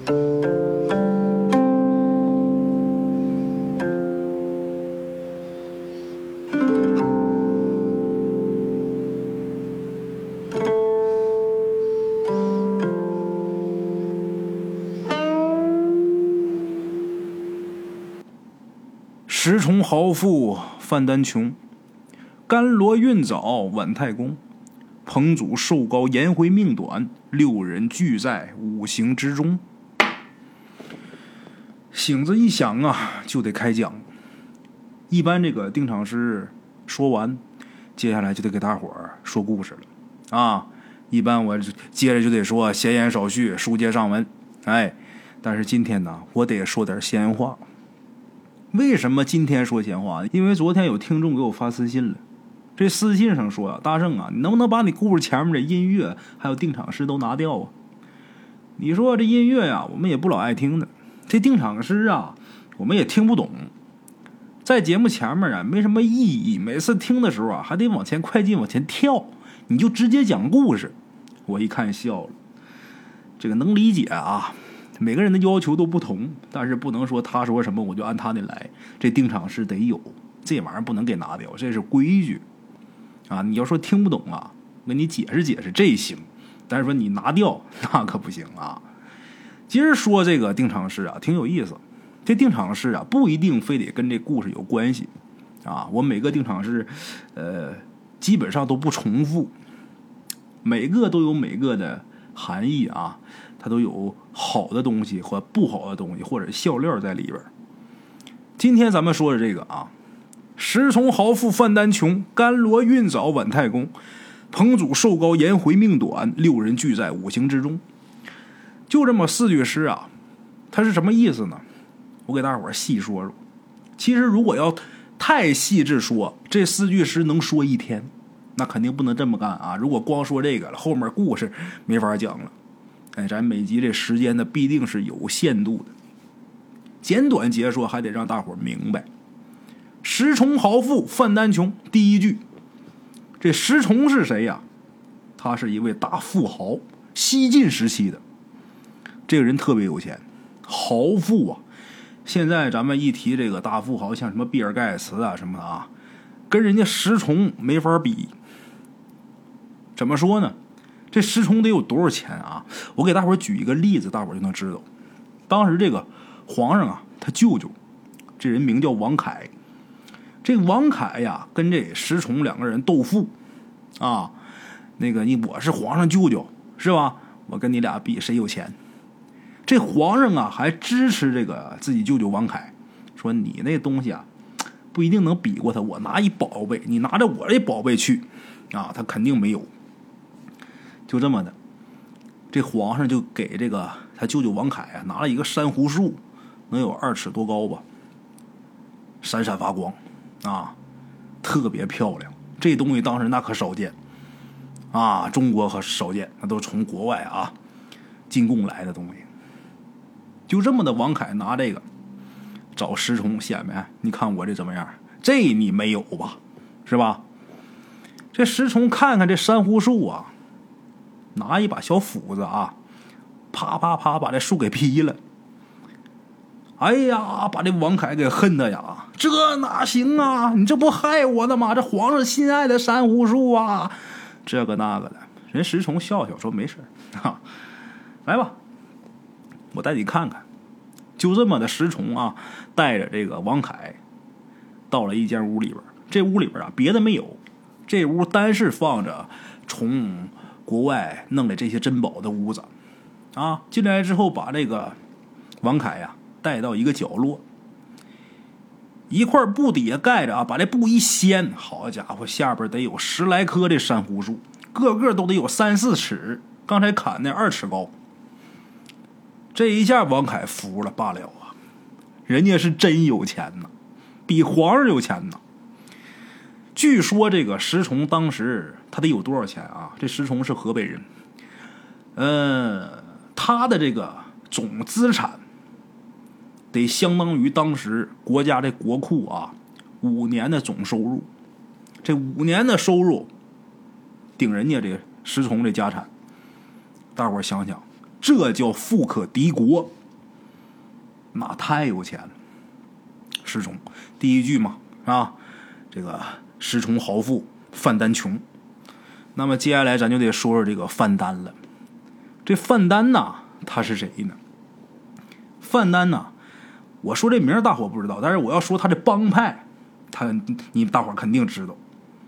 石崇豪富范丹穷，甘罗运早晚太公。彭祖寿高颜回命短，六人俱在五行之中。醒子一响啊，就得开讲。一般这个定场诗说完，接下来就得给大伙儿说故事了啊。一般我接着就得说闲言少叙，书接上文。但是今天呢，我得说点闲话。为什么今天说闲话呢？因为昨天有听众给我发私信了，这私信上说大圣啊，你能不能把你故事前面的音乐还有定场诗都拿掉啊？你说这音乐呀，我们也不老爱听的，这定场诗啊，我们也听不懂，在节目前面啊没什么意义，每次听的时候啊还得往前快进往前跳，你就直接讲故事。我一看笑了，这个能理解啊，每个人的要求都不同，但是不能说他说什么我就按他的来，这定场诗得有，这玩意儿不能给拿掉，这是规矩啊。你要说听不懂啊，跟你解释解释这行，但是说你拿掉那可不行啊。今儿说这个定场诗啊挺有意思，这定场诗啊不一定非得跟这故事有关系啊，我每个定场诗基本上都不重复，每个都有每个的含义啊，它都有好的东西和不好的东西或者笑料在里边。今天咱们说的这个啊，石崇豪富范丹穷，甘罗运早晚太公。彭祖寿高颜回命短，六人俱在五行之中。就这么四句诗啊，它是什么意思呢？我给大伙儿细说说。其实如果要太细致说，这四句诗能说一天，那肯定不能这么干啊！如果光说这个了，后面故事没法讲了。咱每集这时间呢必定是有限度的，简短截说还得让大伙儿明白。石崇豪富范丹穷，第一句，这石崇是谁呀？他是一位大富豪，西晋时期的。这个人特别有钱，豪富啊！现在咱们一提这个大富豪，像什么比尔盖茨啊什么的啊，跟人家石崇没法比。怎么说呢？这石崇得有多少钱啊？我给大伙儿举一个例子，大伙儿就能知道。当时这个皇上啊，他舅舅，这人名叫王凯。这个王凯呀，跟这石崇两个人斗富啊。我是皇上舅舅是吧？我跟你俩比谁有钱。这皇上啊还支持这个自己舅舅王凯，说你那东西啊不一定能比过他，我拿一宝贝，你拿着我这宝贝去啊，他肯定没有。就这么的，这皇上就给这个他舅舅王凯啊拿了一个珊瑚树，能有2尺多高吧，闪闪发光啊，特别漂亮。这东西当时那可少见啊，中国可少见，那都从国外啊进贡来的东西。就这么的，王凯拿这个找石崇显摆，你看我这怎么样？这你没有吧？是吧？这石崇看看这珊瑚树啊，拿一把小斧子啊，啪啪啪把这树给劈了。哎呀，把这王凯给恨的呀！这哪行啊？你这不害我的吗？这皇上心爱的珊瑚树啊，这个那个的。人石崇笑笑说：“没事啊，来吧，我带你看看。”就这么的，石崇啊，带着这个王凯到了一间屋里边。这屋里边啊，别的没有，这屋单是放着从国外弄的这些珍宝的屋子啊。进来之后，把这个王凯呀带到一个角落，一块布底下盖着啊，把这布一掀，好家伙，下边得有10来棵这珊瑚树，个个都得有3、4尺，刚才砍那2尺高。这一下王凯服了罢了啊，人家是真有钱呐，比皇上有钱呐。据说这个石崇当时他得有多少钱啊？这石崇是河北人，他的这个总资产得相当于当时国家这国库啊5年的总收入，这5年的收入顶人家这个石崇这家产。大伙儿想想， 这叫富可敌国，那太有钱了。石崇第一句嘛，啊，这个石崇豪富，范丹穷。那么接下来咱就得说说这个范丹了。这范丹呐，他是谁呢？范丹呐，我说这名大伙不知道，但是我要说他这帮派，你大伙肯定知道。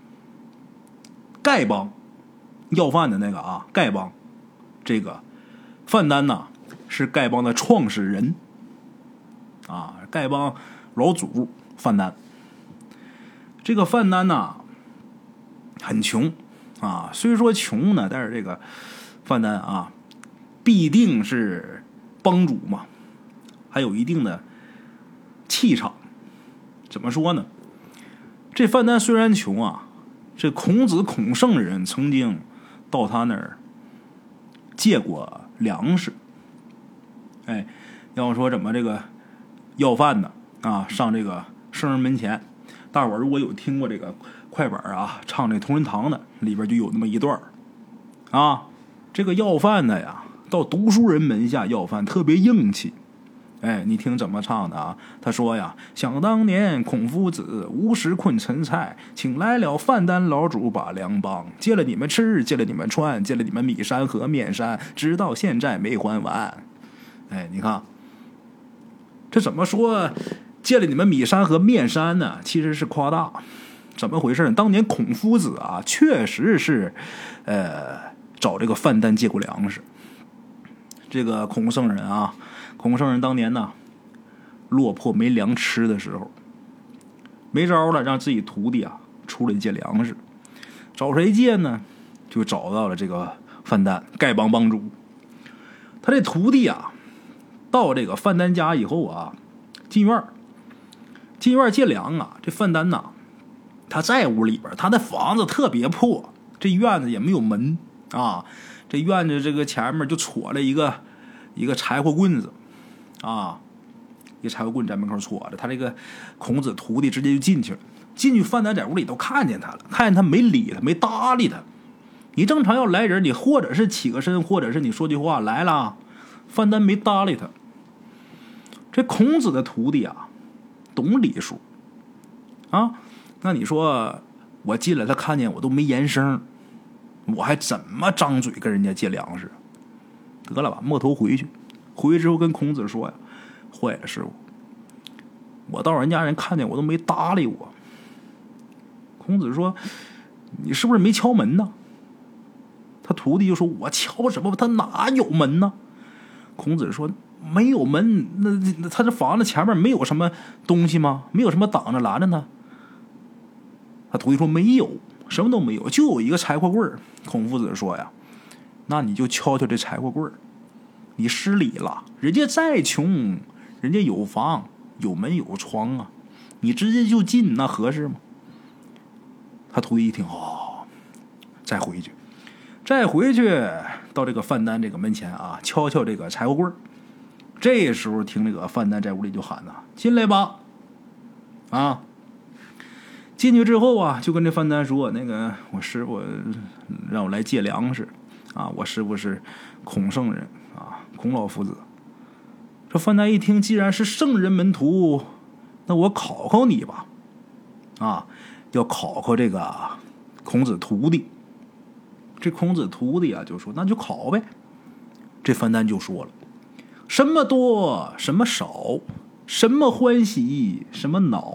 丐帮要饭的那个啊，丐帮，这个范丹呐是丐帮的创始人啊，丐帮老祖范丹。这个范丹呐很穷啊，虽说穷呢，但是这个范丹啊必定是帮主嘛，还有一定的气场。怎么说呢？这范丹虽然穷啊，这孔子孔圣人曾经到他那儿借过粮食。哎，要说怎么这个要饭的啊，上这个圣人门前，大伙儿如果有听过这个快板啊，唱这同仁堂的，里边就有那么一段啊，这个要饭的呀，到读书人门下要饭特别硬气。哎，你听怎么唱的啊？他说呀，想当年孔夫子无食困陈蔡，请来了范丹老主把粮帮，借了你们吃，借了你们穿，借了你们米山和面山，直到现在没还完。哎，你看这怎么说借了你们米山和面山呢？其实是夸大。怎么回事？当年孔夫子啊，确实是找这个范丹借过粮食。这个孔圣人啊，孔圣人当年呢落魄没粮吃的时候，没招了，让自己徒弟啊出来借粮食。找谁借呢？就找到了这个范丹，丐帮帮主。他这徒弟啊到这个范丹家以后啊，进院借粮啊。这范丹呐，他在屋里边，他的房子特别破，这院子也没有门啊，这院子这个前面就戳了一个柴火棍子啊，一个柴火棍在门口戳着。他这个孔子徒弟直接就进去了。进去，范丹在屋里都看见他了，看见他没理他，没搭理他。你正常要来人，你或者是起个身，或者是你说句话来了，范丹没搭理他。这孔子的徒弟啊懂礼数啊，那你说我进来他看见我都没言声，我还怎么张嘴跟人家借粮食？得了吧，摸头回去。回去之后跟孔子说呀，坏了师傅，我到人家人看见我都没搭理我。孔子说，你是不是没敲门呢？他徒弟就说，我敲什么？他哪有门呢？孔子说，没有门，那他这房子前面没有什么东西吗？没有什么挡着拦着他？他徒弟说，没有，什么都没有，就有一个柴火棍。孔夫子说呀，那你就敲敲这柴火棍，你失礼了。人家再穷，人家有房有门有窗啊，你直接就进那合适吗？他徒弟一听，哦，再回去到这个范丹这个门前啊，敲敲这个柴火棍。这时候听这个范丹在屋里就喊呐，进来吧啊。进去之后啊，就跟这范丹说，那个我师傅让我来借粮食啊，我师傅是孔圣人啊，孔老夫子。这范丹一听，既然是圣人门徒，那我考考你吧啊，要考考这个孔子徒弟。这孔子徒弟啊就说，那就考呗。这范丹就说了，什么多什么少，什么欢喜什么恼。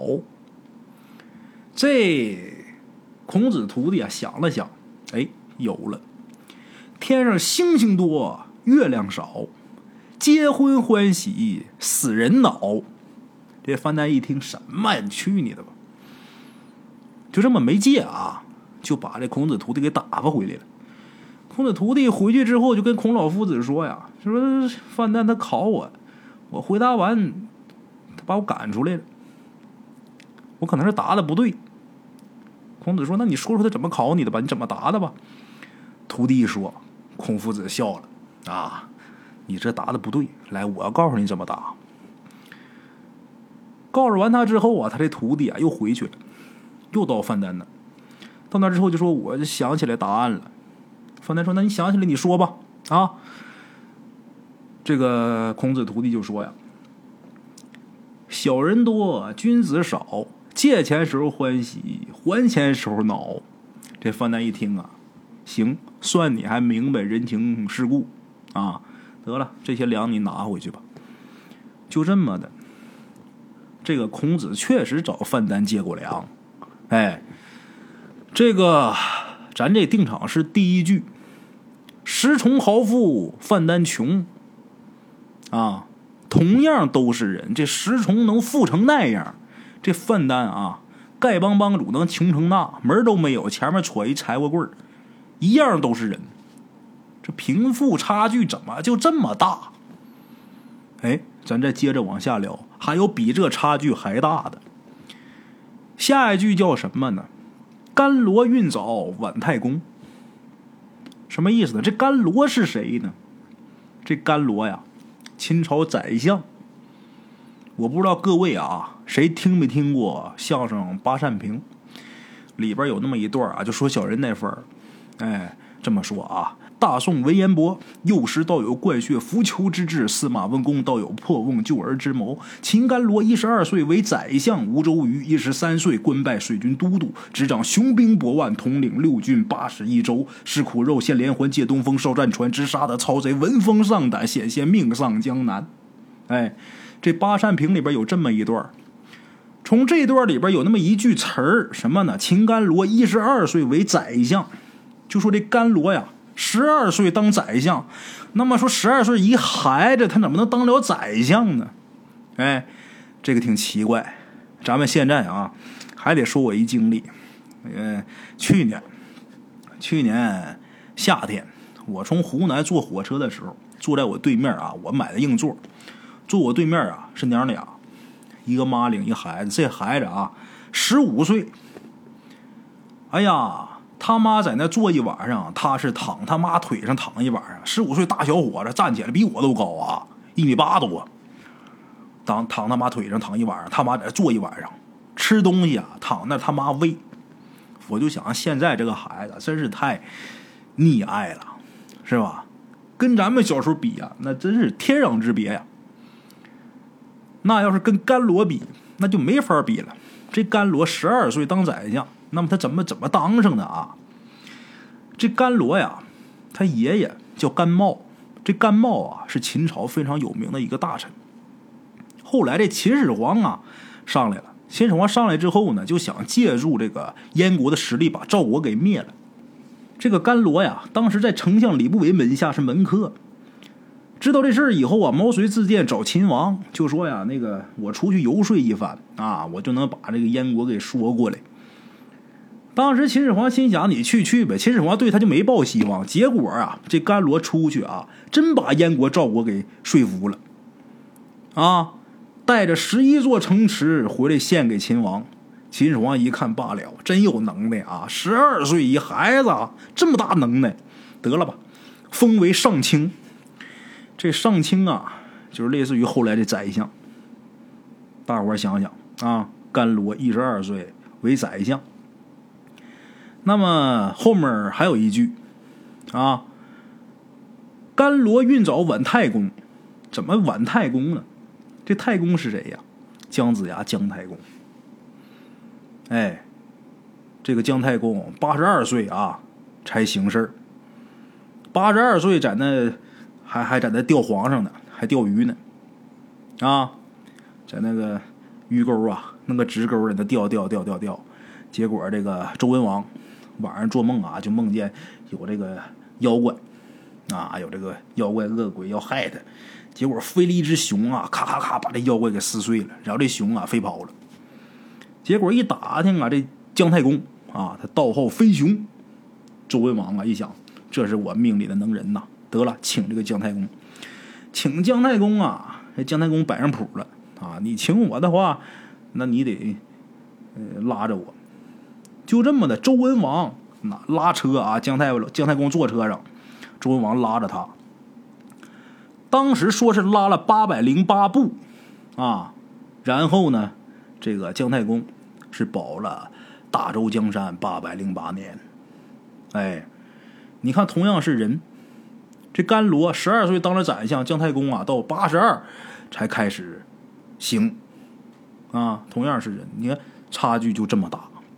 这孔子徒弟啊想了想，哎，有了。天上星星多，月亮少，结婚欢喜，死人恼。这范丹一听，什么呀？你去你的吧！就这么没借啊，就把这孔子徒弟给打发回来了。孔子徒弟回去之后，就跟孔老夫子说呀，说范丹他考我，我回答完，他把我赶出来了，我可能是答的不对。孔子说，那你说说他怎么考你的吧，你怎么答的吧。徒弟一说，孔夫子笑了啊，你这答的不对，来，我要告诉你怎么答。告诉完他之后啊，他这徒弟啊又回去了，又到范丹那。到那之后就说，我就想起来答案了。范丹说，那你想起来你说吧啊。 这个孔子徒弟就说呀：“小人多，君子少，借钱时候欢喜，还钱时候恼。”这范丹一听啊，行，算你还明白人情世故啊！得了，这些粮你拿回去吧。就这么的，这个孔子确实找范丹借过粮。哎，这个咱这定场诗第一句：“石崇豪富，范丹穷。”啊，同样都是人，这石崇能富成那样，这范丹啊，丐帮帮主能穷成那，门都没有，前面戳一柴火棍，一样都是人。这贫富差距怎么就这么大？哎，咱再接着往下聊，还有比这差距还大的。下一句叫什么呢？甘罗运早晚太公。什么意思呢？这甘罗是谁呢？这甘罗呀，秦朝宰相。我不知道各位啊，谁听没听过相声《八扇屏》？里边有那么一段啊，就说小人那份儿。哎，这么说啊，大宋文彦博，幼时道有灌血扶裘之志；司马温公道有破瓮救儿之谋。秦甘罗12岁为宰相，吴周瑜13岁官拜水军都督，执掌雄兵100万，统领6郡81州。吃苦肉，献连环，借东风，烧战船，直杀的曹贼闻风丧胆，险些命丧江南。哎，这八扇屏里边有这么一段，从这段里边有那么一句词儿，什么呢？秦甘罗12岁为宰相，就说这甘罗呀，12岁当宰相。那么说12岁一孩子，他怎么能当了宰相呢？哎，这个挺奇怪。咱们现在啊，还得说我一经历。去年夏天，我从湖南坐火车的时候，坐在我对面啊，我买的硬座，坐我对面啊是娘俩，一个妈领一孩子，这孩子啊15岁。哎呀，他妈在那坐一晚上，他是躺他妈腿上躺一晚上。15岁大小伙子站起来比我都高啊，1.8米多。躺他妈腿上躺一晚上，他妈在那坐一晚上，吃东西啊躺那他妈喂。我就想现在这个孩子真是太溺爱了，是吧？跟咱们小时候比啊，那真是天壤之别呀。那要是跟甘罗比，那就没法比了。这甘罗12岁当宰相，那么他怎么当上的啊？这甘罗呀，他爷爷叫甘茂，这甘茂啊是秦朝非常有名的一个大臣。后来这秦始皇啊上来了，秦始皇上来之后呢，就想借助这个燕国的实力把赵国给灭了。这个甘罗呀，当时在丞相李不韦门下是门客。知道这事儿以后啊，毛遂自荐找秦王，就说呀，那个我出去游说一番啊，我就能把这个燕国给说过来。当时秦始皇心想，你去呗。秦始皇对他就没抱希望。结果啊，这甘罗出去啊，真把燕国赵国给说服了啊，带着11座城池回来献给秦王。秦始皇一看罢了，真有能耐啊，12岁一孩子这么大能耐，得了吧，封为上卿。这上卿啊，就是类似于后来的宰相。大伙儿想想啊，甘罗12岁为宰相。那么后面还有一句啊，甘罗运早晚太公。怎么晚太公呢？这太公是谁呀？姜子牙姜太公。哎，这个姜太公82岁啊才行事，82岁在那还在那钓皇上呢，还钓鱼呢，啊，在那个鱼钩啊，那个直钩在那钓，结果这个周文王晚上做梦啊，就梦见有这个妖怪啊，有这个妖怪恶鬼要害他，结果飞了一只熊啊，咔咔咔把这妖怪给撕碎了，然后这熊啊飞跑了。结果一打听啊，这姜太公啊，他道号飞熊。周文王啊一想，这是我命里的能人呐，得了，请这个姜太公。请姜太公啊，这姜太公摆上谱了啊，你请我的话，那你得拉着我。就这么的，周文王拉车啊，姜太公坐车上，周文王拉着他。当时说是拉了808步啊，然后呢，这个姜太公是保了大周江山808年。哎，你看同样是人， 这甘罗12岁当了宰相，姜太公啊到82才开始行啊，同样是人，你看差距就这么大。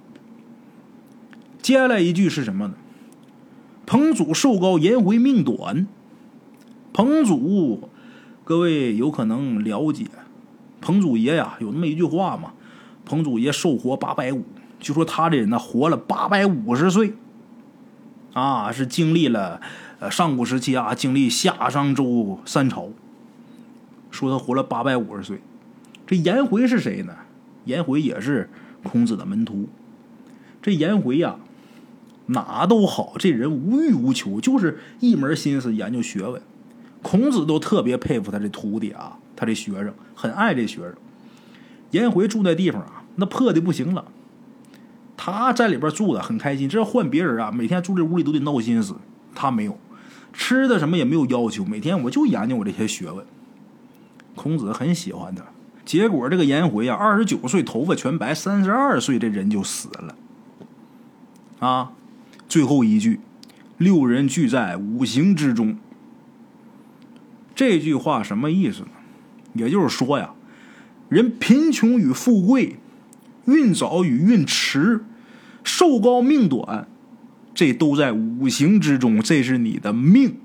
接下来一句是什么呢？彭祖寿高，颜回命短。彭祖各位有可能了解，彭祖爷呀有那么一句话嘛，彭祖爷寿活850，就说他这人呢活了850岁啊，是经历了上古时期啊，经历夏商周3朝，说他活了850岁。这颜回是谁呢？颜回也是孔子的门徒。这颜回呀哪都好，这人无欲无求，就是一门心思研究学问。孔子都特别佩服他这徒弟啊，他这学生很爱这学生。颜回住那地方啊，那破的不行了，他在里边住的很开心。这要换别人啊，每天住这屋里都得闹心死，他没有，吃的什么也没有要求，每天我就研究我这些学问。孔子很喜欢他。结果这个颜回啊，29岁头发全白，32岁这人就死了啊。最后一句，6人俱在五行之中。这句话什么意思呢？也就是说呀，人贫穷与富贵，运早与运迟，寿高命短，这都在五行之中，这是你的命。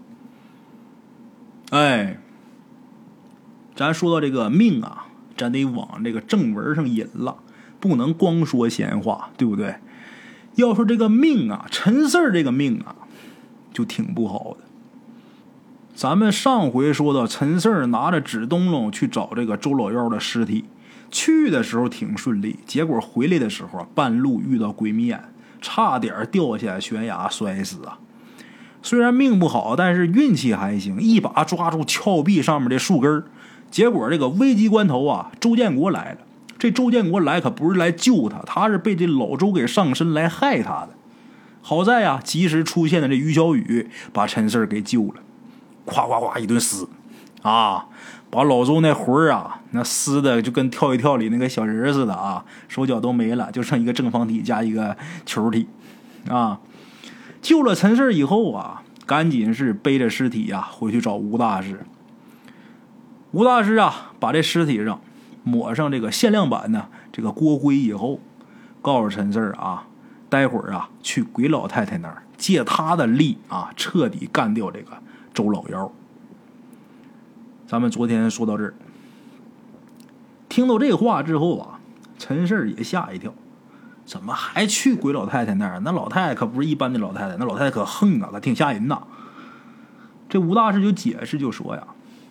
哎，咱说到这个命啊，咱得往这个正文上引了，不能光说闲话，对不对？要说这个命啊，陈四这个命啊，就挺不好的。咱们上回说到，陈四拿着纸灯笼去找这个周老幺的尸体，去的时候挺顺利，结果回来的时候半路遇到鬼迷眼，差点掉下悬崖摔死啊。虽然命不好，但是运气还行，一把抓住峭壁上面的树根。结果这个危急关头啊，周建国来了。这周建国来可不是来救他，他是被这老周给上身来害他的。好在呀，及时出现的这于小雨把陈四给救了，夸夸夸一顿撕啊，把老周那魂儿啊，那撕的就跟跳一跳里那个小人似的啊，手脚都没了，就剩一个正方体加一个球体啊。救了陈四以后啊，赶紧是背着尸体啊回去找吴大师。吴大师啊，把这尸体上抹上这个限量版的这个锅灰以后，告诉陈四啊，待会儿啊去鬼老太太那儿借他的力啊，彻底干掉这个周老幺。咱们昨天说到这儿，听到这话之后啊，陈四也吓一跳，怎么还去鬼老太太那儿？那老太太可不是一般的老太太，那老太太可横啊，可挺吓人呐。这吴大师就解释就说呀，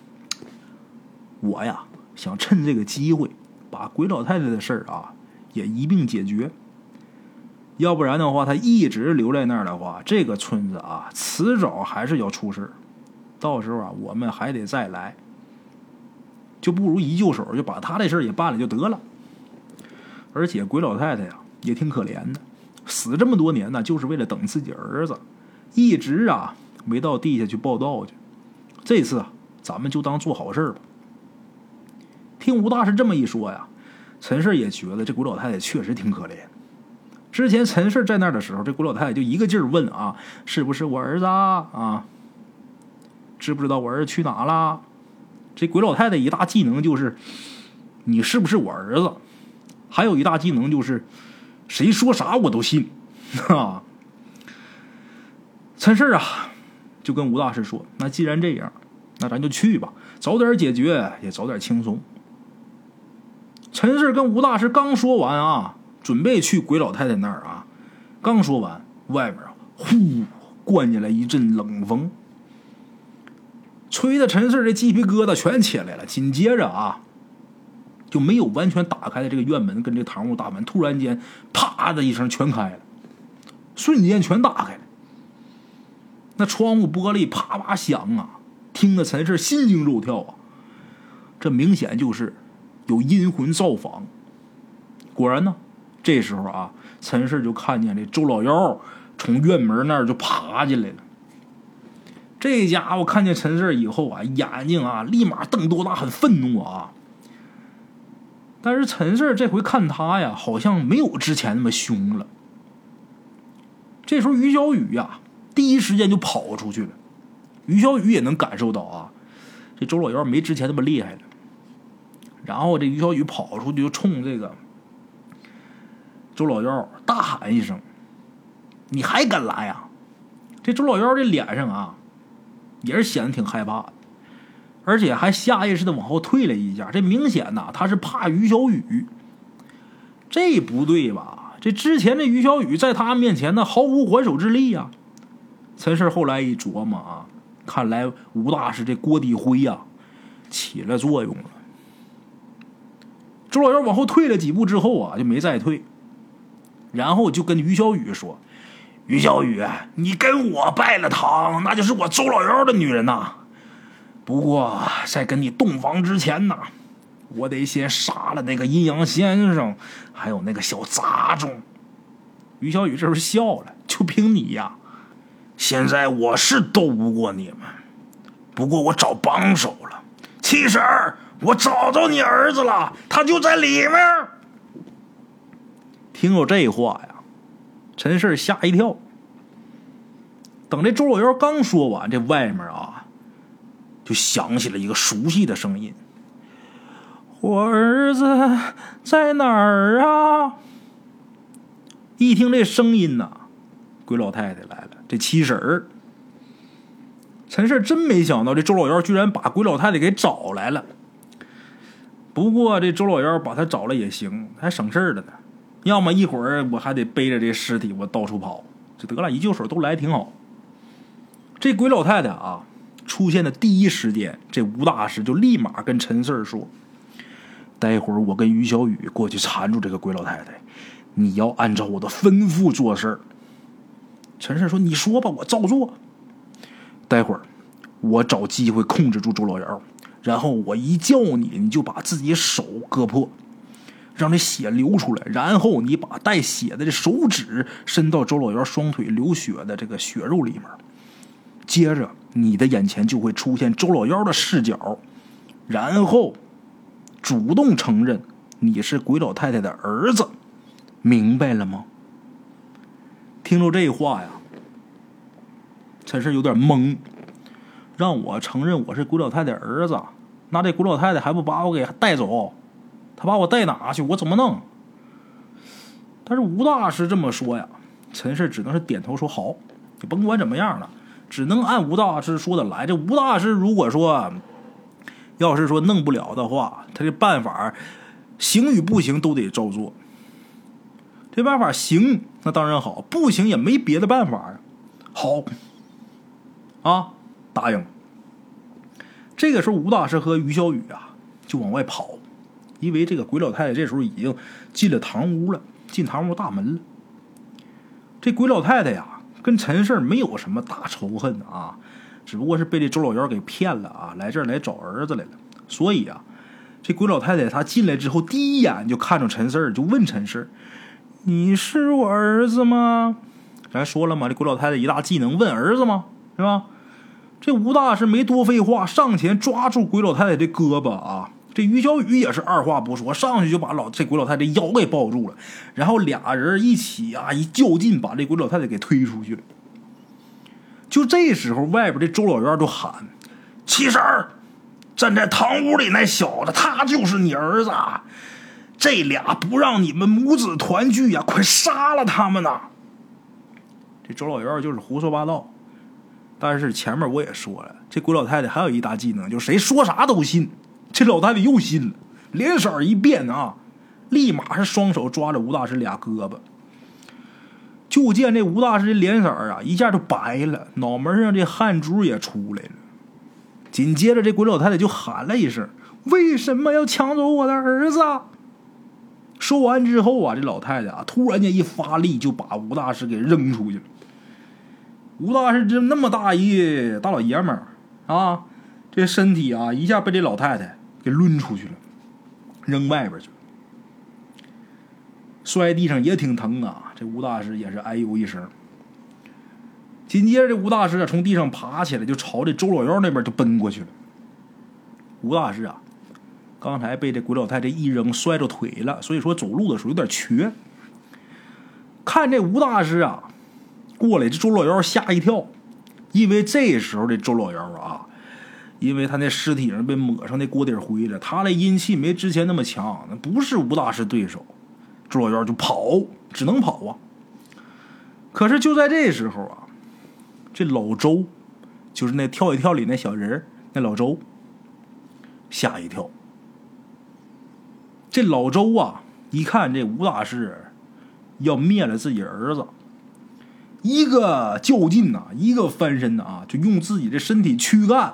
我呀想趁这个机会把鬼老太太的事儿啊也一并解决，要不然的话他一直留在那儿的话，这个村子啊迟早还是要出事，到时候啊我们还得再来，就不如一就手就把他这事儿也办了就得了。而且鬼老太太呀也挺可怜的，死这么多年呢，就是为了等自己儿子，一直啊没到地下去报道去。这次啊咱们就当做好事吧。听吴大师这么一说呀，陈氏也觉得这鬼老太太确实挺可怜。之前陈氏在那儿的时候，这鬼老太太就一个劲儿问啊，是不是我儿子啊？知不知道我儿子去哪了？这鬼老太太一大技能就是你是不是我儿子，还有一大技能就是谁说啥我都信啊。陈氏啊就跟吴大师说，那既然这样，那咱就去吧，早点解决也早点轻松。陈氏跟吴大师刚说完啊，准备去鬼老太太那儿啊，刚说完，外面啊呼灌进来一阵冷风，吹的陈氏这鸡皮疙瘩全起来了。紧接着啊，就没有完全打开的这个院门跟这个堂屋大门，突然间啪的一声全开了，瞬间全打开了。那窗户玻璃啪啪响啊，听得陈氏心惊肉跳啊。这明显就是有阴魂造访。果然呢，这时候啊，陈氏就看见这周老幺从院门那儿就爬进来了。这家伙看见陈氏以后啊，眼睛啊立马瞪多大，很愤怒啊。但是陈氏这回看他呀，好像没有之前那么凶了。这时候于小雨呀，第一时间就跑出去了， 于小雨也能感受到啊，这周老幺没之前那么厉害了。然后这于小雨跑出去就冲这个周老幺大喊一声：“你还敢来呀！”这周老幺这脸上啊，也是显得挺害怕的，而且还下意识的往后退了一下。这明显呐，他是怕于小雨。这不对吧？这之前这于小雨在他面前呢，毫无还手之力呀。陈氏后来一琢磨啊，看来吴大师这锅底灰呀，起了作用了。周老幺往后退了几步之后啊，就没再退，然后就跟于小雨说：“于小雨，你跟我拜了堂，那就是我周老幺的女人呐。不过在跟你洞房之前呢，我得先杀了那个阴阳先生，还有那个小杂种。”于小雨这时候笑了：“就凭你呀，现在我是斗不过你们，不过我找帮手了。七婶儿，我找着你儿子了，他就在里面。”听到这话呀，陈氏吓一跳。等这周老幺刚说完，这外面啊就响起了一个熟悉的声音：“我儿子在哪儿啊？”一听这声音呐，鬼老太太来了，这七婶儿。陈氏真没想到这周老幺居然把鬼老太太给找来了。不过这周老幺把他找了也行，还省事了呢。要么一会儿我还得背着这尸体我到处跑，就得了，一救手都来挺好。这鬼老太太啊出现的第一时间，这吴大师就立马跟陈四说：“待会儿我跟于小雨过去缠住这个鬼老太太，你要按照我的吩咐做事儿。”陈四说：“你说吧，我照做。待会儿我找机会控制住周老幺，然后我一叫你，你就把自己手割破，让这血流出来，然后你把带血的这手指伸到周老幺双腿流血的这个血肉里面，接着你的眼前就会出现周老幺的视角，然后主动承认你是鬼老太太的儿子，明白了吗？”听着这话呀，陈氏有点懵，让我承认我是鬼老太太儿子，那这鬼老太太还不把我给带走？他把我带哪去？我怎么弄？但是吴大师这么说呀，陈氏只能是点头说好，你甭管怎么样了，只能按吴大师说的来。这吴大师如果说要是说弄不了的话，他这办法行与不行都得照做。这办法行那当然好，不行也没别的办法呀。好啊，答应。这个时候吴大师和于小雨啊就往外跑，因为这个鬼老太太这时候已经进了堂屋了，进堂屋大门了。这鬼老太太呀跟陈氏没有什么大仇恨啊，只不过是被这周老幺给骗了啊，来这儿来找儿子来了。所以啊，这鬼老太太她进来之后，第一眼就看着陈氏，就问陈氏：“你是我儿子吗？”咱说了嘛，这鬼老太太一大技能，问儿子吗？是吧？这吴大师没多废话，上前抓住鬼老太太这胳膊啊。这于小雨也是二话不说，上去就把这鬼老太太腰给抱住了，然后俩人一起啊一较劲，把这鬼老太太给推出去了。就这时候，外边这周老院就喊：“七婶儿，站在堂屋里那小子，他就是你儿子，这俩不让你们母子团聚呀，快杀了他们呐！”这周老院就是胡说八道。但是前面我也说了，这鬼老太太还有一大技能，就谁说啥都信。这老太太又信了，脸色一变啊，立马是双手抓着吴大师俩胳膊。就见这吴大师的脸色啊一下就白了，脑门上这汗珠也出来了。紧接着这鬼老太太就喊了一声：“为什么要抢走我的儿子？”说完之后啊，这老太太啊突然间一发力，就把吴大师给扔出去了。吴大师这那么大一大老爷们儿啊，这身体啊一下被这老太太给抡出去了，扔外边去了，摔地上也挺疼啊。这吴大师也是哎呦一声。紧接着这吴大师啊从地上爬起来，就朝这周老幺那边就奔过去了。吴大师啊刚才被这鬼老太太一扔摔着腿了，所以说走路的时候有点瘸。看这吴大师啊过来，这周老幺吓一跳， 因为这时候这周老幺啊，因为他那尸体上被抹上那锅底灰了，他的阴气没之前那么强，那不是吴大师对手。周老幺就跑，只能跑啊。可是就在这时候啊，这老周，就是那跳一跳里那小人，那老周吓一跳。这老周啊，一看这吴大师要灭了自己儿子，一个较劲呐，一个翻身啊，就用自己的身体躯干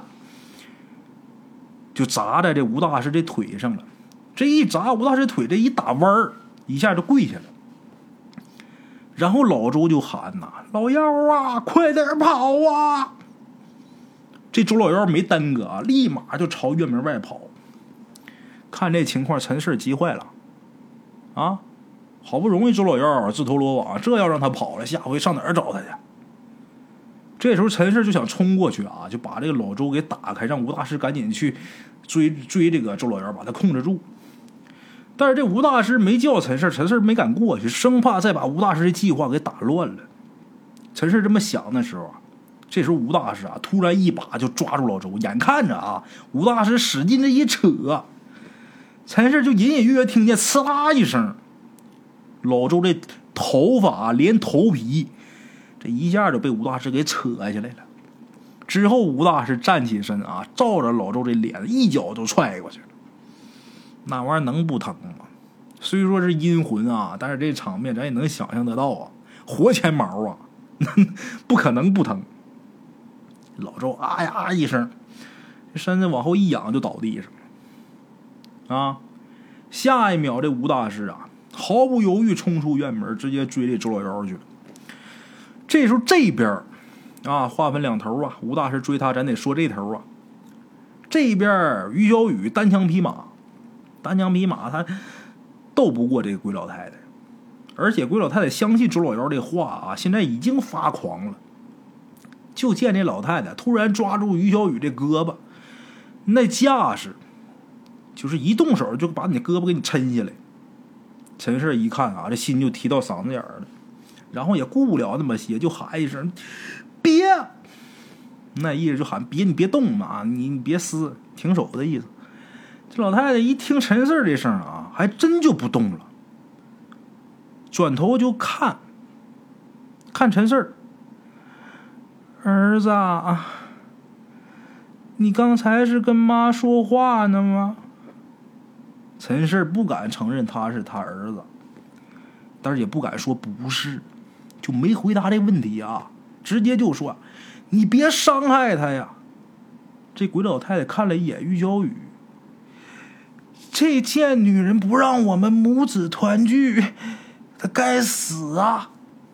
就砸在这吴大师这腿上了。这一砸，吴大师腿这一打弯儿，一下就跪下了。然后老周就喊呐：“老幺啊，快点跑啊！”这周老幺没耽搁啊，立马就朝院门外跑。看这情况，陈氏急坏了啊！好不容易周老幺自投罗网，这要让他跑了，下回上哪儿找他去？这时候陈氏就想冲过去啊，就把这个老周给打开，让吴大师赶紧去追这个周老幺，把他控制住。但是这吴大师没叫陈氏，陈氏没敢过去，生怕再把吴大师的计划给打乱了。陈氏这么想的时候啊，这时候吴大师啊突然一把就抓住老周，眼看着啊吴大师使劲这一扯，陈氏就隐隐约约听见呲啦一声，老周这头发啊连头皮这一下就被吴大师给扯下来了。之后吴大师站起身啊，照着老周这脸一脚就踹过去了。那玩意儿能不疼吗？虽说是阴魂啊，但是这场面咱也能想象得到啊，活钱毛啊，不可能不疼。老周啊呀一声，身子往后一仰就倒地上了啊。下一秒这吴大师啊毫不犹豫冲出院门，直接追这周老幺去了。这时候这边啊话分两头啊，吴大师追他，咱得说这头啊。这边于小雨单枪匹马他斗不过这个鬼老太太，而且鬼老太太相信周老幺这话啊，现在已经发狂了。就见这老太太突然抓住于小雨这胳膊，那架势就是一动手就把你的胳膊给你抻下来。陈氏一看啊，这心就提到嗓子眼儿了，然后也顾不了那么些，就喊一声别，那意思就喊别，你别动嘛，你别撕，停手的意思。这老太太一听陈氏这声啊，还真就不动了，转头就看陈氏，儿子啊，你刚才是跟妈说话呢吗？陈氏不敢承认他是他儿子，但是也不敢说不是，就没回答这问题啊，直接就说你别伤害他呀。这鬼老太太看了一眼于小雨，这贱女人不让我们母子团聚，她该死啊。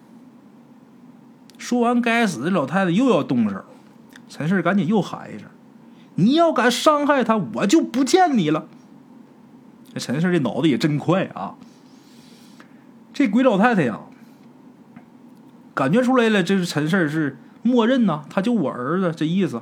说完该死，这老太太又要动手，陈氏赶紧又喊一声，你要敢伤害她，我就不见你了。这陈氏这脑子也真快啊，这鬼老太太呀感觉出来了，这是陈氏是默认呐，他就我儿子这意思。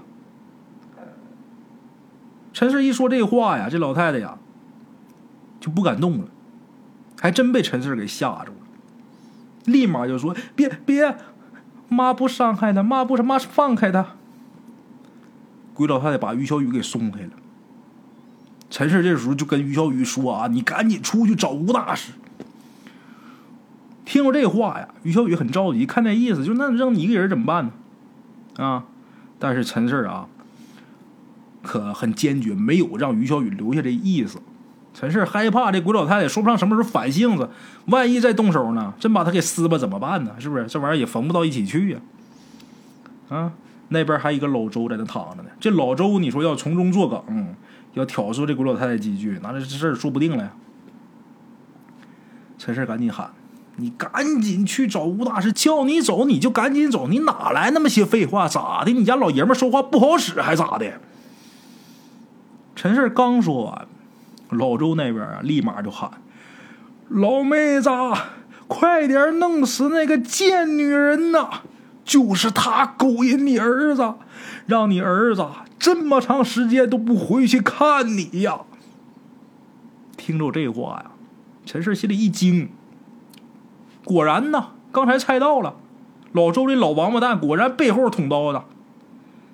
陈氏一说这话呀，这老太太呀就不敢动了，还真被陈氏给吓住了，立马就说别，妈不伤害他，妈放开他。鬼老太太把于小雨给松开了。陈氏这时候就跟于小雨说啊，你赶紧出去找吴大师。听说这话呀，于小雨很着急，看那意思就那扔你一个人怎么办呢？啊！但是陈氏啊可很坚决，没有让于小雨留下这意思。陈氏害怕这鬼老太太说不上什么时候反性子，万一再动手呢，真把他给撕吧怎么办呢？是不是？这玩意儿也缝不到一起去呀。啊，那边还有一个老周在那躺着呢。这老周你说要从中作梗，要挑唆这鬼老太太几句，那这事儿说不定了呀。陈氏赶紧喊，你赶紧去找吴大师，叫你走你就赶紧走，你哪来那么些废话？咋的？你家老爷们说话不好使还咋的？陈氏刚说完，老周那边啊立马就喊，老妹子快点弄死那个贱女人呐，就是她勾引你儿子，让你儿子这么长时间都不回去看你呀。听着这话呀，陈氏心里一惊，果然呢，刚才猜到了，老周这老王八蛋果然背后捅刀子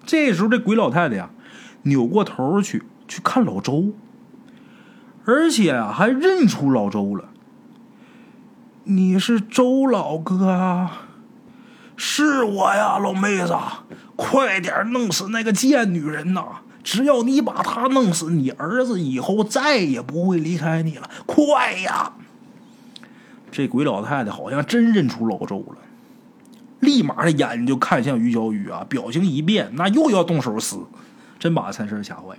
这时候这鬼老太太呀，扭过头去看老周，而且啊还认出老周了。你是周老哥啊？是我呀，老妹子，快点弄死那个贱女人呐！只要你把她弄死，你儿子以后再也不会离开你了，快呀！这鬼老太太好像真认出老周了，立马的眼睛就看向于小雨啊，表情一变，那又要动手撕，真把陈氏吓坏了。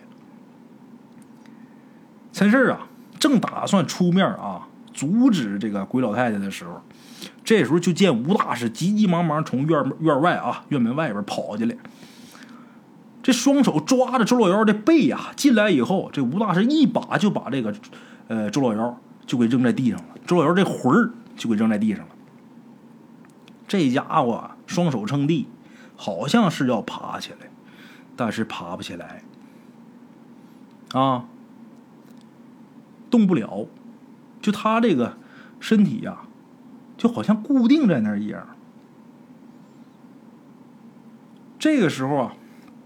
陈氏啊，正打算出面啊阻止这个鬼老太太的时候，这时候就见吴大师急急忙忙从院外啊院门外边跑进来，这双手抓着周老幺的背啊，进来以后，这吴大师一把就把这个周老幺就给扔在地上了，周老幺这魂儿就给扔在地上了。这家伙双手撑地，好像是要爬起来，但是爬不起来啊，动不了，就他这个身体呀，就好像固定在那儿一样。这个时候啊，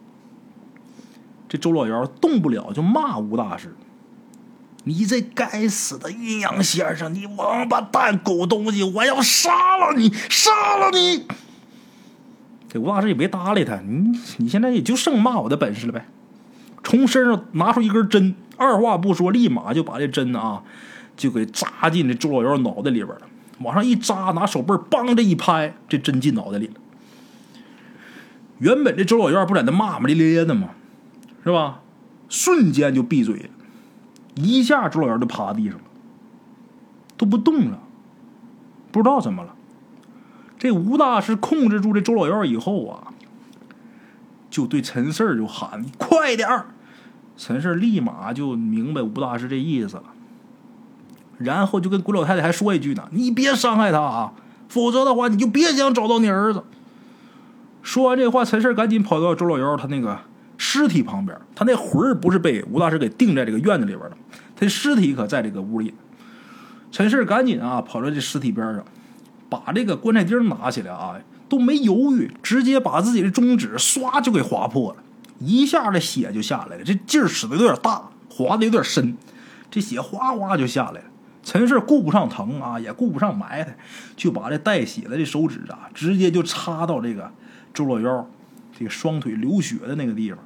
这周老幺动不了，就骂吴大师：“你这该死的阴阳先生，你王八蛋狗东西，我要杀了你，杀了你！”这吴大师也没搭理他，你现在也就剩骂我的本事了呗。从身上拿出一根针，二话不说，立马就把这针啊就给扎进这周老幺脑袋里边了。往上一扎，拿手背梆这一拍，这针进脑袋里了。原本这周老幺不在那骂骂咧咧的吗？是吧？瞬间就闭嘴了，一下周老幺就趴地上了，都不动了，不知道怎么了。这吴大师控制住这周老幺以后啊，就对陈四就喊：“快点儿！”陈四立马就明白吴大师这意思了，然后就跟鬼老太太还说一句呢：“你别伤害他啊，否则的话你就别想找到你儿子。”说完这话，陈四赶紧跑到周老幺他那个尸体旁边，他那魂儿不是被吴大师给定在这个院子里边的，他尸体可在这个屋里。陈四赶紧啊跑到这尸体边上，把这个棺材钉拿起来啊，都没犹豫，直接把自己的中指唰就给划破了，一下的血就下来了，这劲儿使的有点大，划的有点深，这血哗哗就下来了。陈氏顾不上疼啊，也顾不上埋汰，就把这带血的这手指啊，直接就插到这个周老幺这个双腿流血的那个地方，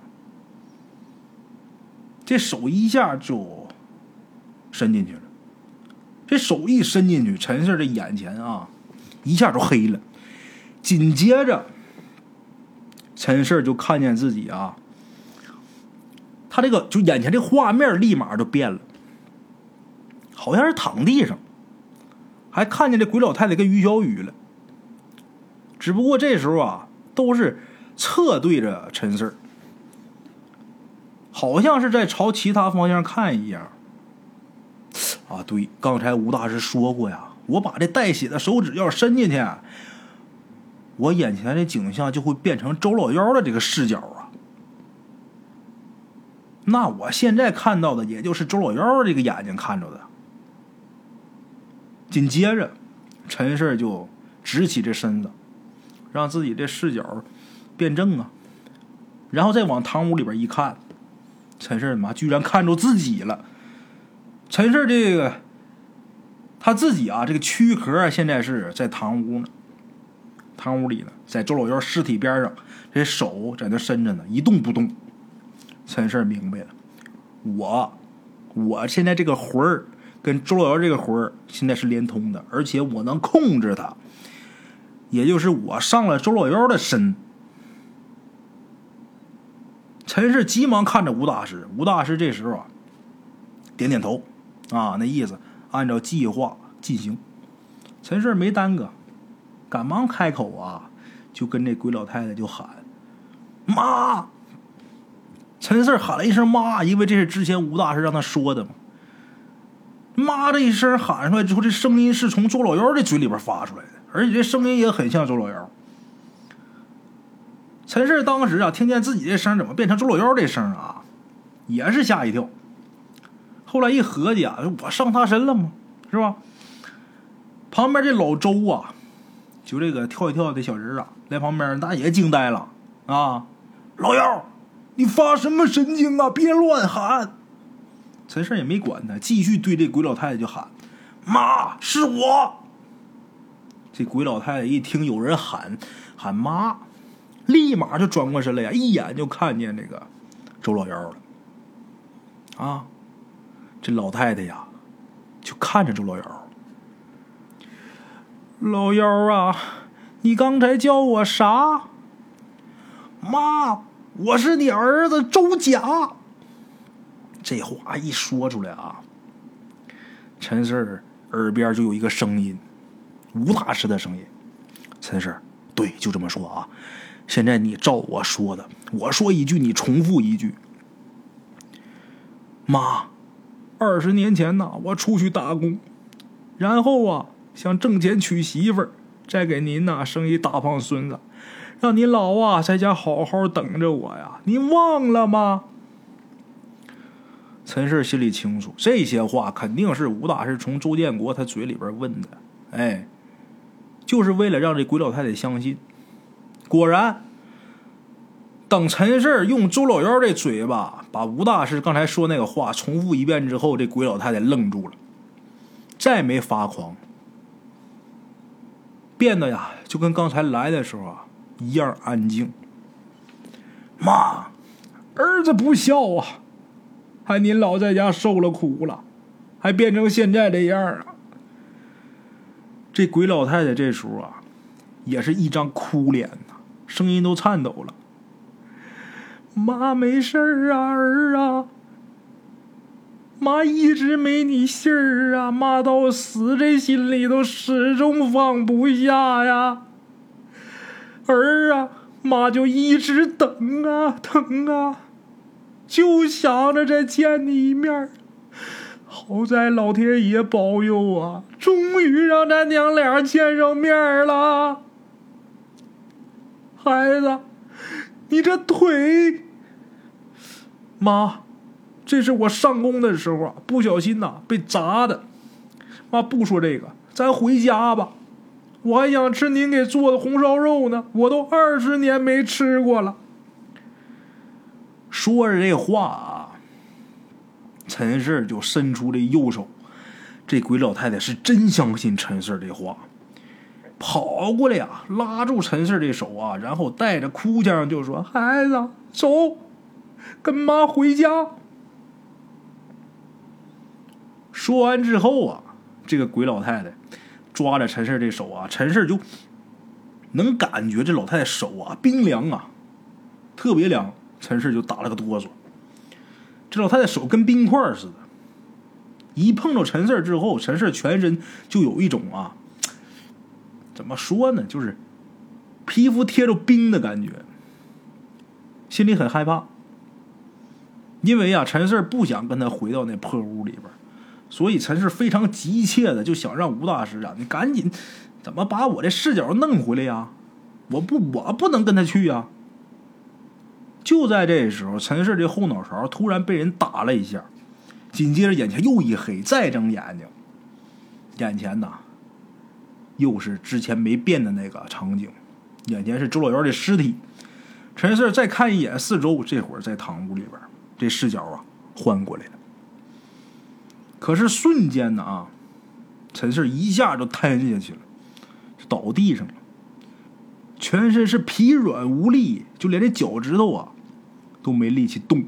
这手一下就伸进去了。这手一伸进去，陈氏这眼前啊一下就黑了，紧接着陈氏就看见自己啊，他这个就眼前这画面立马就变了，好像是躺地上，还看见这鬼老太太跟于小雨了，只不过这时候啊都是侧对着陈氏，好像是在朝其他方向看一样。啊，对，刚才吴大师说过呀，我把这带血的手指要伸进去，我眼前的景象就会变成周老幺的这个视角啊。那我现在看到的也就是周老幺这个眼睛看着的。紧接着，陈氏就直起这身子，让自己这视角变正啊，然后再往堂屋里边一看，陈氏妈居然看着自己了。陈氏这个他自己啊，这个躯壳现在是在堂屋呢，堂屋里呢，在周老幺尸体边上，这手在那伸着呢，一动不动。陈氏明白了，我现在这个魂儿跟周老幺这个魂儿现在是连通的，而且我能控制它，也就是我上了周老幺的身。陈氏急忙看着吴大师，吴大师这时候啊点点头啊，那意思按照计划进行。陈氏没耽搁，赶忙开口啊，就跟这鬼老太太就喊妈。陈氏喊了一声妈，因为这是之前吴大师让他说的嘛。妈这一声喊出来之后，这声音是从周老幺的嘴里边发出来的，而且这声音也很像周老幺。陈氏当时啊听见自己这声怎么变成周老幺这声啊，也是吓一跳。后来一合计啊，我上他身了吗？是吧？旁边这老周啊，就这个跳一跳的小人啊，在旁边那也惊呆了啊。 老幺，你发什么神经啊？别乱喊！陈氏也没管他，继续对这鬼老太太就喊：妈，是我！这鬼老太太一听有人喊妈，立马就转过身来呀，一眼就看见这个周老幺了。啊，这老太太呀，就看着周老幺。老幺啊，你刚才叫我啥？妈，我是你儿子周甲。这话一说出来啊，陈氏耳边就有一个声音，吴大师的声音。陈氏，对，就这么说啊。现在你照我说的，我说一句你重复一句。妈，20年前呢，我出去打工，然后啊想挣钱娶媳妇儿，再给您呐生一大胖孙子，让您老啊在家好好等着我呀，您忘了吗？陈氏心里清楚，这些话肯定是吴大师从周建国他嘴里边问的，哎，就是为了让这鬼老太太相信。果然，等陈氏用周老幺这嘴巴把吴大师刚才说那个话重复一遍之后，这鬼老太太愣住了，再没发狂，变得呀就跟刚才来的时候啊一样安静。妈，儿子不孝啊，还您老在家受了苦了，还变成现在这样啊！这鬼老太太这时候啊，也是一张哭脸呐，声音都颤抖了。妈没事啊，儿啊，妈一直没你信儿啊，妈到死这心里头始终放不下呀。儿啊，妈就一直等啊等啊，就想着再见你一面。好在老天爷保佑啊，终于让咱娘俩见上面了。孩子，你这腿，妈，这是我上工的时候啊，不小心呐被砸的。妈，不说这个，咱回家吧。我还想吃您给做的红烧肉呢，我都20年没吃过了。说着这话啊，陈氏就伸出这右手。这鬼老太太是真相信陈氏这话，跑过来呀，拉住陈氏这手啊，然后带着哭腔就说：孩子，走，跟妈回家。说完之后啊，这个鬼老太太抓着陈氏这手啊，陈氏就能感觉这老太太手啊冰凉啊，特别凉。陈氏就打了个哆嗦，这老太太手跟冰块似的，一碰到陈氏之后，陈氏全身就有一种啊，怎么说呢，就是皮肤贴着冰的感觉，心里很害怕。因为啊，陈氏不想跟他回到那破屋里边，所以陈氏非常急切的就想让吴大师啊，你赶紧怎么把我这视角弄回来呀？我不能跟他去呀。就在这时候，陈氏这后脑勺突然被人打了一下，紧接着眼前又一黑，再睁眼睛，眼前呐又是之前没变的那个场景，眼前是周老幺的尸体。陈氏再看一眼四周，这会儿在堂屋里边，这视角啊换过来了。可是瞬间呢啊，陈氏一下就瘫下去了，倒地上了，全身是疲软无力，就连这脚趾头啊都没力气动。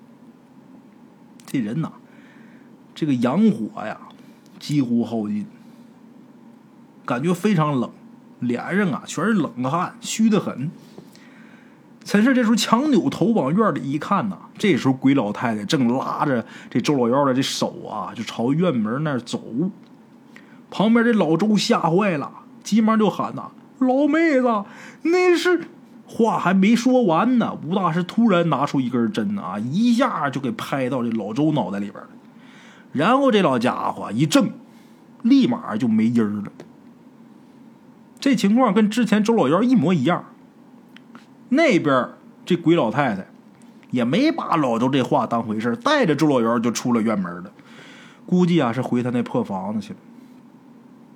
这人呐，这个阳火呀几乎耗尽，感觉非常冷，脸上啊全是冷汗，虚得很。陈氏这时候强扭头往院里一看呐，这时候鬼老太太正拉着这周老幺的这手啊，就朝院门那儿走。旁边这老周吓坏了，急忙就喊呐：老妹子，那是……话还没说完呢，吴大师突然拿出一根针啊，一下就给拍到这老周脑袋里边了。然后这老家伙一怔，立马就没音儿了。这情况跟之前周老幺一模一样。那边这鬼老太太也没把老周这话当回事，带着周老幺就出了院门了，估计啊是回他那破房子去了。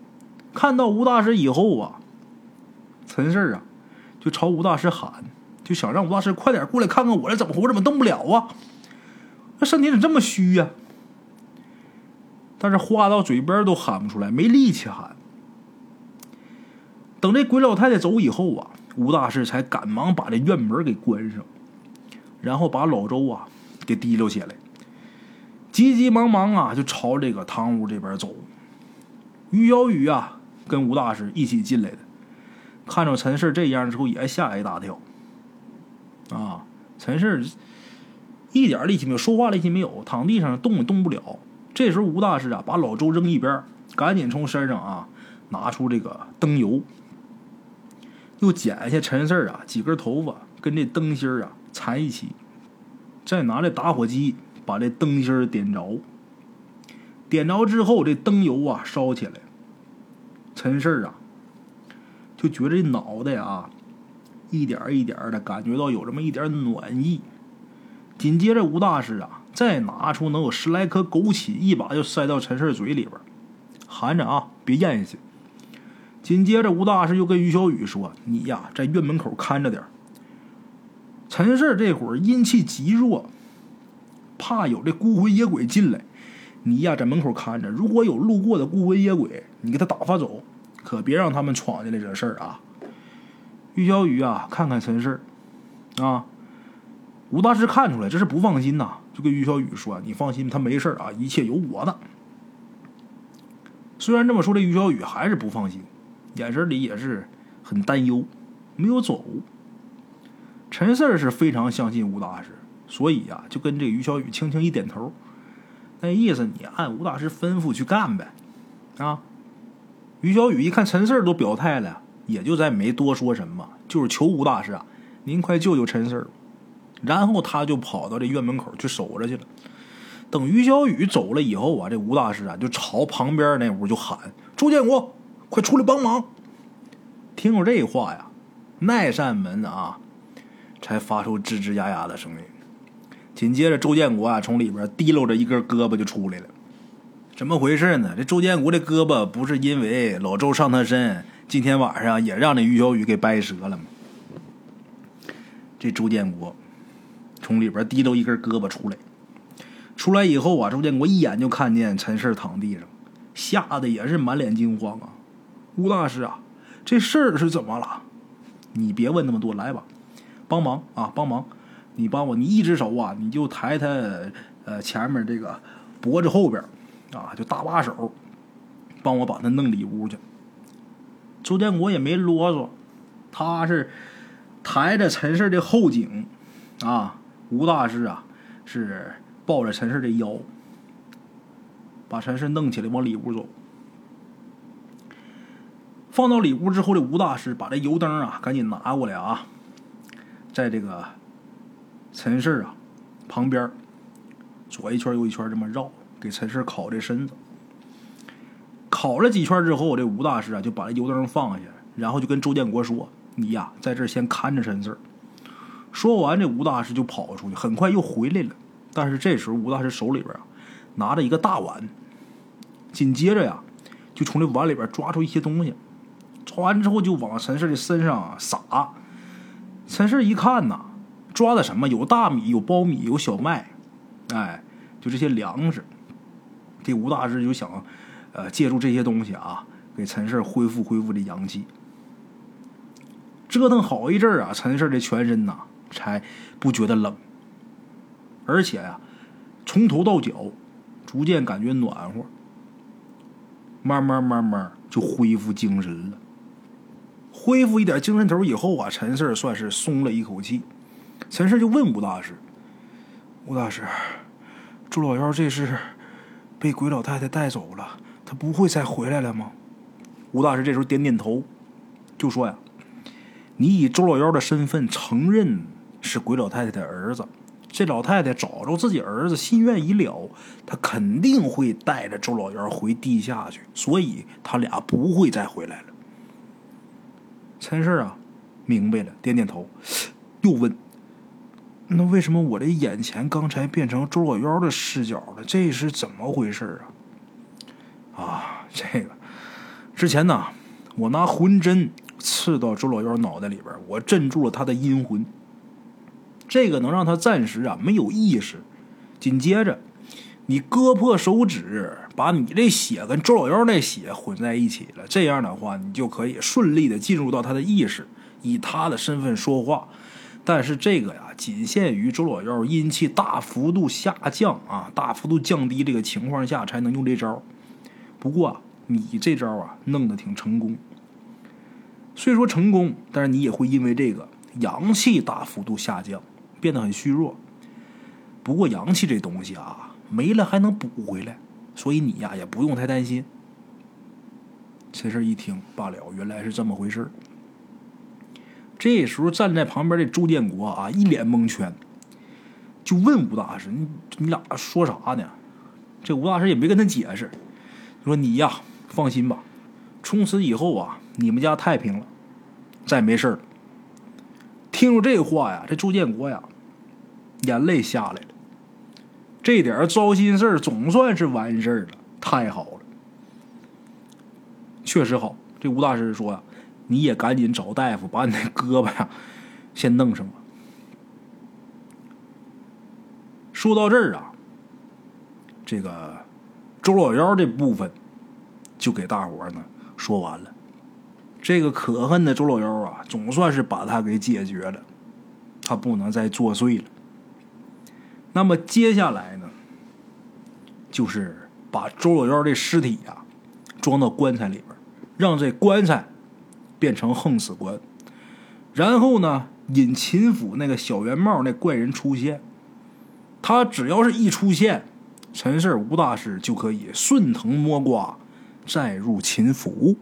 看到吴大师以后啊，陈氏啊就朝吴大师喊， 就想让吴大师快点过来看看我这怎么活，怎么动不了啊？那身体怎么这么虚呀？但是话到嘴边都喊不出来，没力气喊。等这鬼老太太走以后啊，吴大师才赶忙把这院门给关上，然后把老周啊给提溜起来，急急忙忙啊就朝这个堂屋这边走。于小雨啊跟吴大师一起进来的，看着陈氏这样之后也吓一大跳啊！陈氏一点力气没有，说话力气没有，躺地上动也动不了。这时候吴大师啊把老周扔一边，赶紧从身上啊拿出这个灯油，又剪下陈氏啊几根头发跟这灯芯啊缠一起，再拿这打火机把这灯芯点着。点着之后，这灯油啊烧起来，陈氏啊就觉得这脑袋啊一点一点的感觉到有这么一点暖意。紧接着吴大师啊再拿出能有10来颗枸杞，一把就塞到陈氏嘴里边，含着啊别咽下去。紧接着吴大师又跟于小雨说，你呀在院门口看着点，陈氏这会儿阴气极弱，怕有这孤魂野鬼进来，你呀在门口看着，如果有路过的孤魂野鬼，你给他打发走，可别让他们闯进来惹事儿啊。于小雨啊看看陈氏啊，吴大师看出来这是不放心呐，就跟于小雨说，你放心，他没事啊，一切有我的。虽然这么说，这于小雨还是不放心，眼神里也是很担忧，没有走。陈氏是非常相信吴大师，所以啊就跟这于小雨轻轻一点头，那意思你按吴大师吩咐去干呗啊。于小雨一看陈氏都表态了，也就再没多说什么，就是求吴大师啊，您快救救陈氏。然后他就跑到这院门口去守着去了。等于小雨走了以后啊，这吴大师啊就朝旁边那屋就喊，周建国快出来帮忙。听着这话呀，那扇门啊才发出吱吱呀呀的声音。紧接着周建国啊从里边提溜着一根胳膊就出来了。怎么回事呢？这周建国这胳膊不是因为老周上他身，今天晚上也让那于小雨给掰折了吗？这周建国从里边提溜一根胳膊出来以后啊，周建国一眼就看见陈氏躺地上，吓得也是满脸惊慌啊。吴大师啊，这事儿是怎么了？你别问那么多，来吧，帮忙啊，帮忙！你帮我，你一只手啊，你就抬他前面这个脖子后边啊，就大把手，帮我把他弄里屋去。周建国也没啰嗦，他是抬着陈氏的后颈啊，吴大师啊是抱着陈氏的腰，把陈氏弄起来往里屋走。放到里屋之后，这吴大师把这油灯啊赶紧拿过来啊，在这个陈氏啊旁边左一圈右一圈这么绕，给陈氏烤这身子。烤了几圈之后，这吴大师啊就把这油灯放下，然后就跟周建国说，你呀在这儿先看着陈氏。说完，这吴大师就跑出去，很快又回来了。但是这时候吴大师手里边啊拿着一个大碗，紧接着呀就从这碗里边抓出一些东西，抓完之后就往陈氏的身上撒。陈氏一看呐，抓的什么？有大米，有苞米，有小麦，哎，就这些粮食。这吴大师就想借助这些东西啊，给陈氏恢复这阳气。折腾好一阵儿啊，陈氏的全身呐才不觉得冷，而且呀从头到脚逐渐感觉暖和，慢慢就恢复精神了。恢复一点精神头以后啊，陈氏算是松了一口气。陈氏就问吴大师，吴大师，周老幺这是被鬼老太太带走了，他不会再回来了吗？吴大师这时候点点头，就说呀，你以周老幺的身份承认是鬼老太太的儿子，这老太太找着自己儿子，心愿已了，她肯定会带着周老幺回地下去，所以他俩不会再回来了。陈氏啊明白了，点点头，又问，那为什么我的眼前刚才变成周老幺的视角了？这是怎么回事啊？这个之前呢，我拿魂针刺到周老幺脑袋里边，我镇住了他的阴魂， 这个能让他暂时没有意识。紧接着你割破手指，把你这血跟周老幺那血混在一起了，这样的话你就可以顺利的进入到他的意识，以他的身份说话。但是这个仅限于周老幺阴气大幅度下降大幅度降低这个情况下才能用这招。不过你这招弄得挺成功，虽说成功，但是你也会因为这个阳气大幅度下降，变得很虚弱。不过阳气这东西没了还能补回来，所以你也不用太担心。这事一听罢了，原来是这么回事。这时候站在旁边的朱建国一脸蒙圈，就问吴大师：“你俩说啥呢？”这吴大师也没跟他解释，说：“你放心吧，从此以后你们家太平了，再没事了。”听着这话这朱建国眼泪下来了。这点糟心事总算是完事了，太好了，确实好。这吴大师说你也赶紧找大夫，把你那胳膊先弄上吧。说到这儿这个周老幺这部分就给大伙呢说完了。这个可恨的周老幺总算是把他给解决了，他不能再作祟了。那么接下来呢，就是把周老幺这尸体装到棺材里边，让这棺材变成横死棺，然后呢引秦府那个小圆帽那怪人出现。他只要是一出现，陈氏吴大师就可以顺藤摸瓜再入秦府。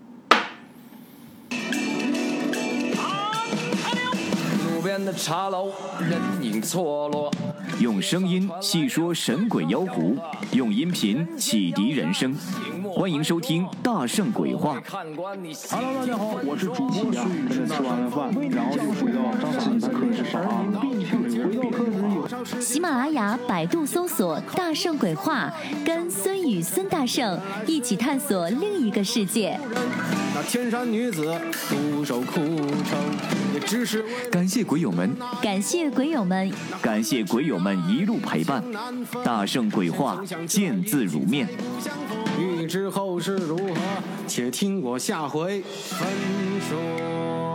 路边的茶楼人影错落，用声音细说神鬼妖狐，用音频启迪人生。欢迎收听大圣鬼话。 Hello， 大家好，我是主播孙宇，吃完了饭，然后就回到自己的课室上啊。 喜马拉雅、百度搜索“大圣鬼话”，跟孙宇、孙大圣一起探索另一个世界。 那天山女子独守枯城，也只是感谢鬼友们， 感谢鬼友们， 感谢鬼友们一路陪伴。大圣鬼话，见字如面。 欲知后事如何，且听我下回分说。